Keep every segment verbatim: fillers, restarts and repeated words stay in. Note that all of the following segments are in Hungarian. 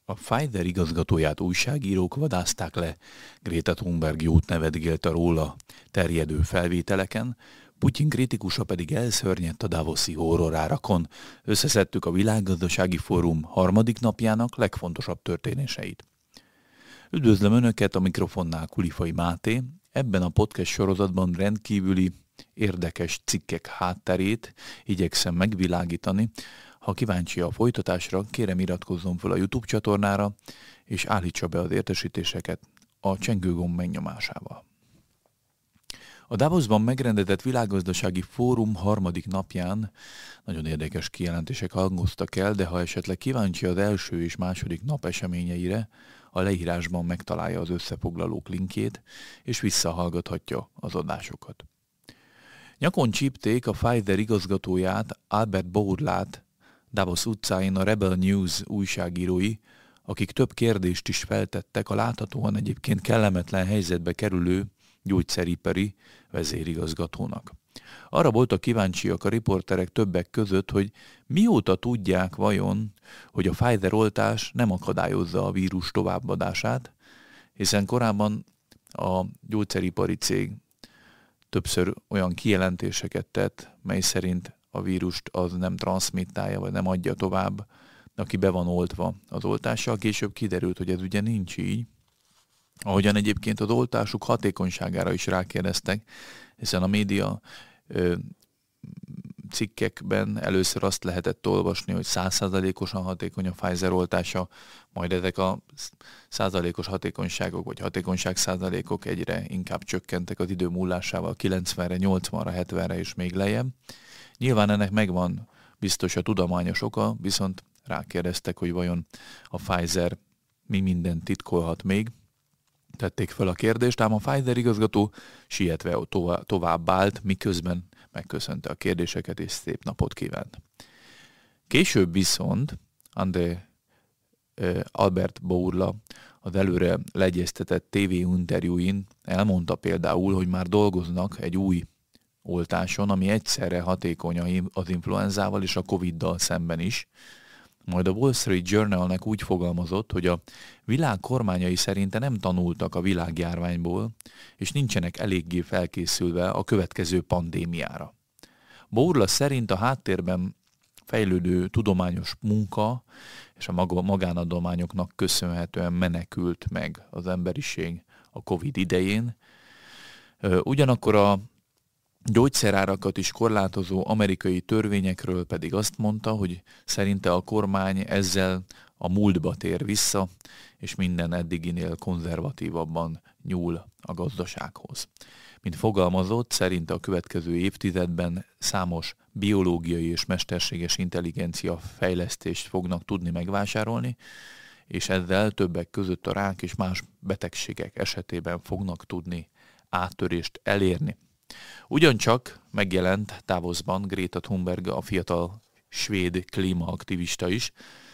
A Pfizer igazgatóját újságírók vadázták le, Greta Thunberg jót nevetgélt a róla terjedő felvételeken, Putyin kritikusa pedig elszörnyedt a davoszi horrorárakon. Összeszedtük a Világgazdasági Fórum harmadik napjának legfontosabb történéseit. Üdvözlöm Önöket, a mikrofonnál Kulifai Máté. Ebben a podcast sorozatban rendkívüli, érdekes cikkek hátterét igyekszem megvilágítani. Ha kíváncsi a folytatásra, kérem iratkozzon fel a YouTube csatornára, és állítsa be az értesítéseket a csengőgomb megnyomásával. A Davosban megrendezett Világgazdasági Fórum harmadik napján nagyon érdekes kijelentések hangoztak el, de ha esetleg kíváncsi az első és második nap eseményeire, a leírásban megtalálja az összefoglalók linkjét, és visszahallgathatja az adásokat. Nyakon csípték a Pfizer igazgatóját, Albert Bourlát, Davos utcáin a Rebel News újságírói, akik több kérdést is feltettek a láthatóan egyébként kellemetlen helyzetbe kerülő gyógyszeripari vezérigazgatónak. Arra voltak kíváncsiak a riporterek többek között, hogy mióta tudják vajon, hogy a Pfizer oltás nem akadályozza a vírus továbbadását, hiszen korábban a gyógyszeripari cég többször olyan kijelentéseket tett, mely szerint a vírust az nem transzmittálja, vagy nem adja tovább, aki be van oltva az oltással. Később kiderült, hogy ez ugye nincs így. Ahogyan egyébként az oltásuk hatékonyságára is rákérdeztek, hiszen a média ö, cikkekben először azt lehetett olvasni, hogy száz százalékosan hatékony a Pfizer oltása, majd ezek a százalékos hatékonyságok, vagy hatékonyság százalékok egyre inkább csökkentek az idő múlásával, kilencvenre, nyolcvanra, hetvenre és még lejjebb. Nyilván ennek megvan biztos a tudományos oka, viszont rákérdeztek, hogy vajon a Pfizer mi mindent titkolhat még. Tették fel a kérdést, ám a Pfizer igazgató sietve tovább állt, miközben megköszönte a kérdéseket és szép napot kívánt. Később viszont André Albert Bourla az előre leegyeztetett tévéinterjúin elmondta például, hogy már dolgoznak egy új oltáson, ami egyszerre hatékony az influenzával és a Coviddal szemben is. Majd a Wall Street Journalnek úgy fogalmazott, hogy a világ kormányai szerinte nem tanultak a világjárványból, és nincsenek eléggé felkészülve a következő pandémiára. Bourla szerint a háttérben fejlődő tudományos munka és a magánadományoknak köszönhetően menekült meg az emberiség a Covid idején. Ugyanakkor a gyógyszerárakat is korlátozó amerikai törvényekről pedig azt mondta, hogy szerinte a kormány ezzel a múltba tér vissza, és minden eddiginél konzervatívabban nyúl a gazdasághoz. Mint fogalmazott, szerinte a következő évtizedben számos biológiai és mesterséges intelligencia fejlesztést fognak tudni megvásárolni, és ezzel többek között a rák és más betegségek esetében fognak tudni áttörést elérni. Ugyancsak megjelent Davosban Greta Thunberg, a fiatal svéd klímaaktivista is,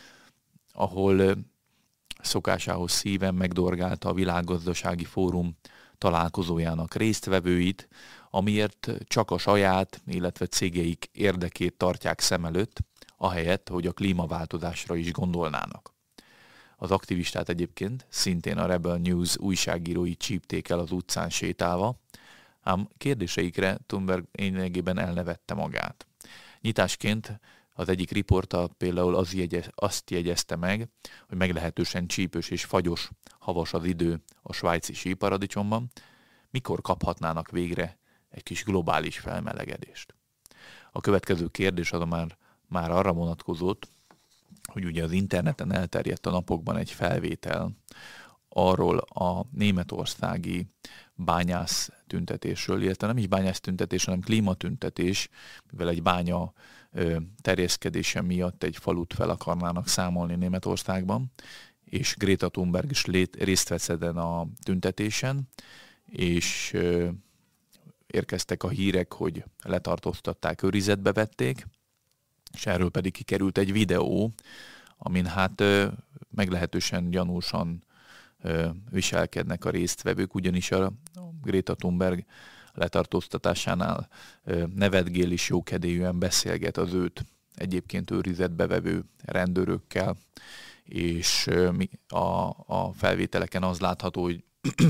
ahol szokásához szíven megdorgálta a Világgazdasági Fórum találkozójának résztvevőit, amiért csak a saját, illetve cégeik érdekét tartják szem előtt, ahelyett, hogy a klímaváltozásra is gondolnának. Az aktivistát egyébként szintén a Rebel News újságírói csípték el az utcán sétálva, ám kérdéseikre Thunberg lényegében elnevette magát. Nyitásként az egyik riporta például az jegyez, azt jegyezte meg, hogy meglehetősen csípős és fagyos, havas az idő a svájci síparadicsomban, mikor kaphatnának végre egy kis globális felmelegedést. A következő kérdés az már, már arra vonatkozott, hogy ugye az interneten elterjedt a napokban egy felvétel arról a németországi bányász tüntetésről, illetve nem is bányász tüntetés, hanem klímatüntetés, mivel egy bánya ö, terjeszkedése miatt egy falut fel akarnának számolni Németországban, és Greta Thunberg is lét, részt vesz ezen a tüntetésen, és ö, érkeztek a hírek, hogy letartóztatták, őrizetbe vették, és erről pedig kikerült egy videó, amin hát ö, meglehetősen gyanúsan ö, viselkednek a résztvevők, ugyanis a Greta Thunberg letartóztatásánál ö, nevetgél is jókedélyűen beszélget az őt egyébként őrizetbe vevő rendőrökkel, és a, a felvételeken az látható, hogy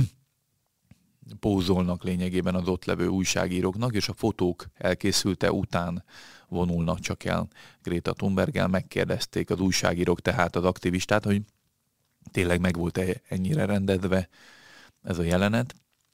pózolnak lényegében az ott levő újságíróknak, és a fotók elkészülte után vonulnak csak el Greta Thunberggel. Megkérdezték az újságírók tehát az aktivistát, hogy tényleg meg volt-e ennyire rendezve ez a jelenet.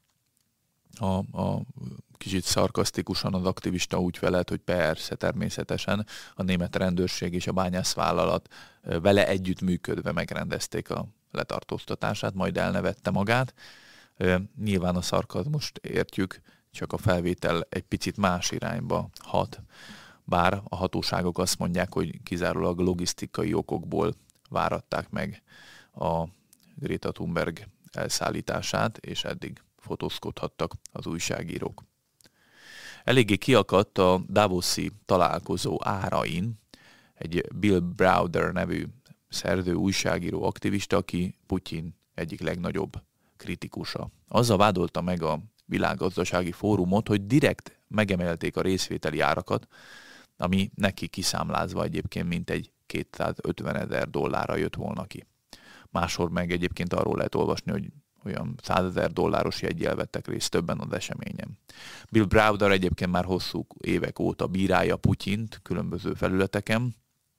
A, a kicsit szarkasztikusan az aktivista úgy felelt, hogy persze, természetesen a német rendőrség és a bányászvállalat vele együttműködve megrendezték a letartóztatását, majd elnevette magát. Nyilván a szarkazmust értjük, csak a felvétel egy picit más irányba hat, bár a hatóságok azt mondják, hogy kizárólag logisztikai okokból váratták meg a Greta Thunberg elszállítását, és eddig fotózkodhattak az újságírók. Eléggé kiakadt a Davoszi találkozó árain egy Bill Browder nevű szerző, újságíró, aktivista, aki Putyin egyik legnagyobb kritikusa. Azzal vádolta meg a Világgazdasági Fórumot, hogy direkt megemelték a részvételi árakat, ami neki kiszámlázva egyébként mintegy kétszázötven ezer dollárra jött volna ki. Máshol meg egyébként arról lehet olvasni, hogy olyan százezer dolláros jeggyel vettek részt többen az eseményen. Bill Browder egyébként már hosszú évek óta bírálja Putyint különböző felületeken.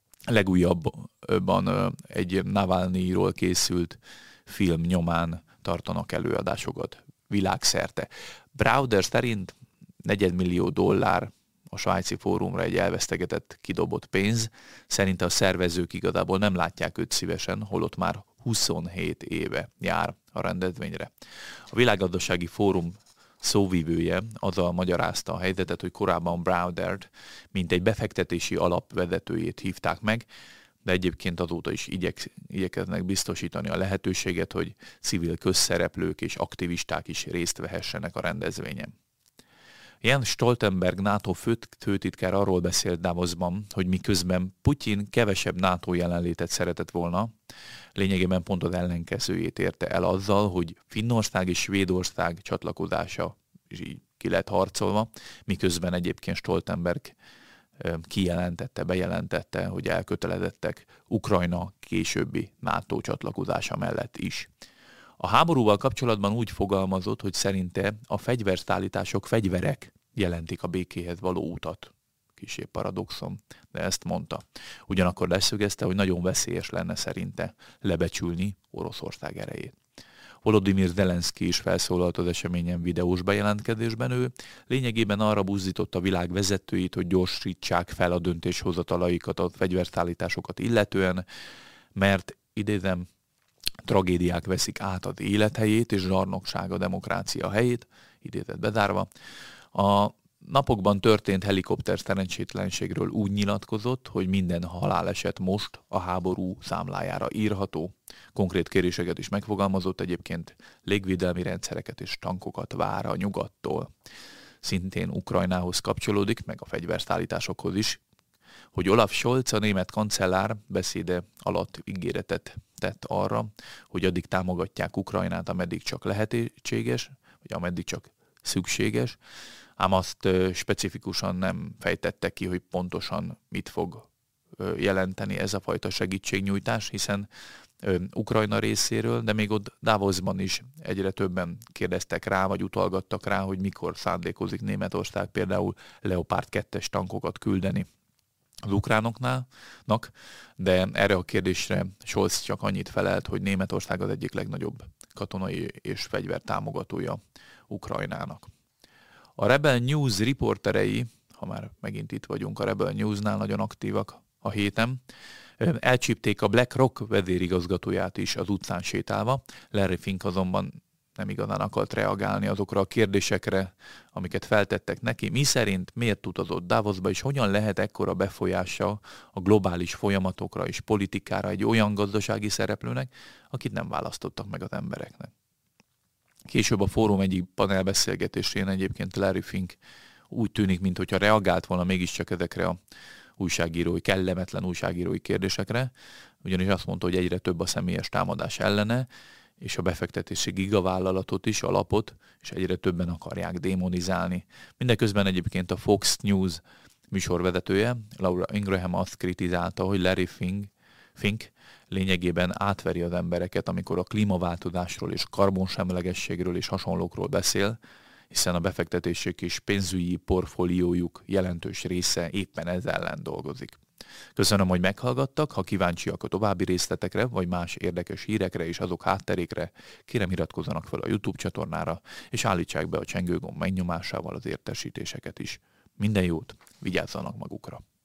Legújabban egy Navalnyiról készült film nyomán tartanak előadásokat világszerte. Browder szerint negyedmillió dollár a svájci fórumra egy elvesztegetett, kidobott pénz. Szerinte a szervezők igazából nem látják őt szívesen, holott már huszonhét éve jár a rendezvényre. A Világgazdasági Fórum szóvivője azzal magyarázta a helyzetet, hogy korábban Browdert mint egy befektetési alap vezetőjét hívták meg, de egyébként azóta is igyek, igyekeznek biztosítani a lehetőséget, hogy civil közszereplők és aktivisták is részt vehessenek a rendezvényen. Jens Stoltenberg NATO főtitkár arról beszélt Davosban, hogy miközben Putyin kevesebb NATO jelenlétet szeretett volna, lényegében pont az ellenkezőjét érte el azzal, hogy Finnország és Svédország csatlakozása is így ki lett harcolva, miközben egyébként Stoltenberg kijelentette, bejelentette, hogy elkötelezettek Ukrajna későbbi NATO csatlakozása mellett is. A háborúval kapcsolatban úgy fogalmazott, hogy szerinte a fegyverszállítások fegyverek jelentik a békéhez való utat. Kissé paradoxon, de ezt mondta. Ugyanakkor leszögezte, hogy nagyon veszélyes lenne szerinte lebecsülni Oroszország erejét. Volodymyr Zelenszky is felszólalt az eseményen videós bejelentkezésben. Ő lényegében arra buzdította a világ vezetőit, hogy gyorsítsák fel a döntéshozatalaikat a fegyverszállításokat illetően, mert idézem, tragédiák veszik át az élethelyét, és zsarnokság a demokrácia helyét, idézet bezárva. A napokban történt helikopter szerencsétlenségről úgy nyilatkozott, hogy minden haláleset most a háború számlájára írható. Konkrét kéréseket is megfogalmazott, egyébként légvédelmi rendszereket és tankokat vár a nyugattól. Szintén Ukrajnához kapcsolódik, meg a fegyverszállításokhoz is, hogy Olaf Scholz, a német kancellár beszéde alatt ígéretet tett arra, hogy addig támogatják Ukrajnát, ameddig csak lehetséges, vagy ameddig csak szükséges, ám azt specifikusan nem fejtette ki, hogy pontosan mit fog jelenteni ez a fajta segítségnyújtás, hiszen Ukrajna részéről, de még ott Davosban is egyre többen kérdeztek rá, vagy utalgattak rá, hogy mikor szándékozik Németország például Leopard kettes tankokat küldeni az ukránoknak, de erre a kérdésre Scholz csak annyit felelt, hogy Németország az egyik legnagyobb katonai és fegyver támogatója Ukrajnának. A Rebel News riporterei, ha már megint itt vagyunk, a Rebel Newsnál nagyon aktívak a héten, elcsípték a BlackRock vezérigazgatóját is az utcán sétálva. Larry Fink azonban nem igazán akart reagálni azokra a kérdésekre, amiket feltettek neki. Mi szerint miért utazott Davosba, és hogyan lehet ekkora befolyása a globális folyamatokra és politikára egy olyan gazdasági szereplőnek, akit nem választottak meg az embereknek. Később a fórum egyik panelbeszélgetésén egyébként Larry Fink úgy tűnik, mintha reagált volna mégiscsak ezekre a újságírói, kellemetlen újságírói kérdésekre, ugyanis azt mondta, hogy egyre több a személyes támadás ellene, és a befektetési gigavállalatot is, alapot, és egyre többen akarják démonizálni. Mindeközben egyébként a Fox News műsorvezetője, Laura Ingraham azt kritizálta, hogy Larry Fink Fink lényegében átveri az embereket, amikor a klímaváltozásról és karbonsemlegességről és hasonlókról beszél, hiszen a befektetések és pénzügyi portfóliójuk jelentős része éppen ez ellen dolgozik. Köszönöm, hogy meghallgattak, ha kíváncsiak a további részletekre, vagy más érdekes hírekre és azok hátterékre, kérem iratkozzanak fel a YouTube csatornára, és állítsák be a csengőgomb megnyomásával az értesítéseket is. Minden jót, vigyázzanak magukra!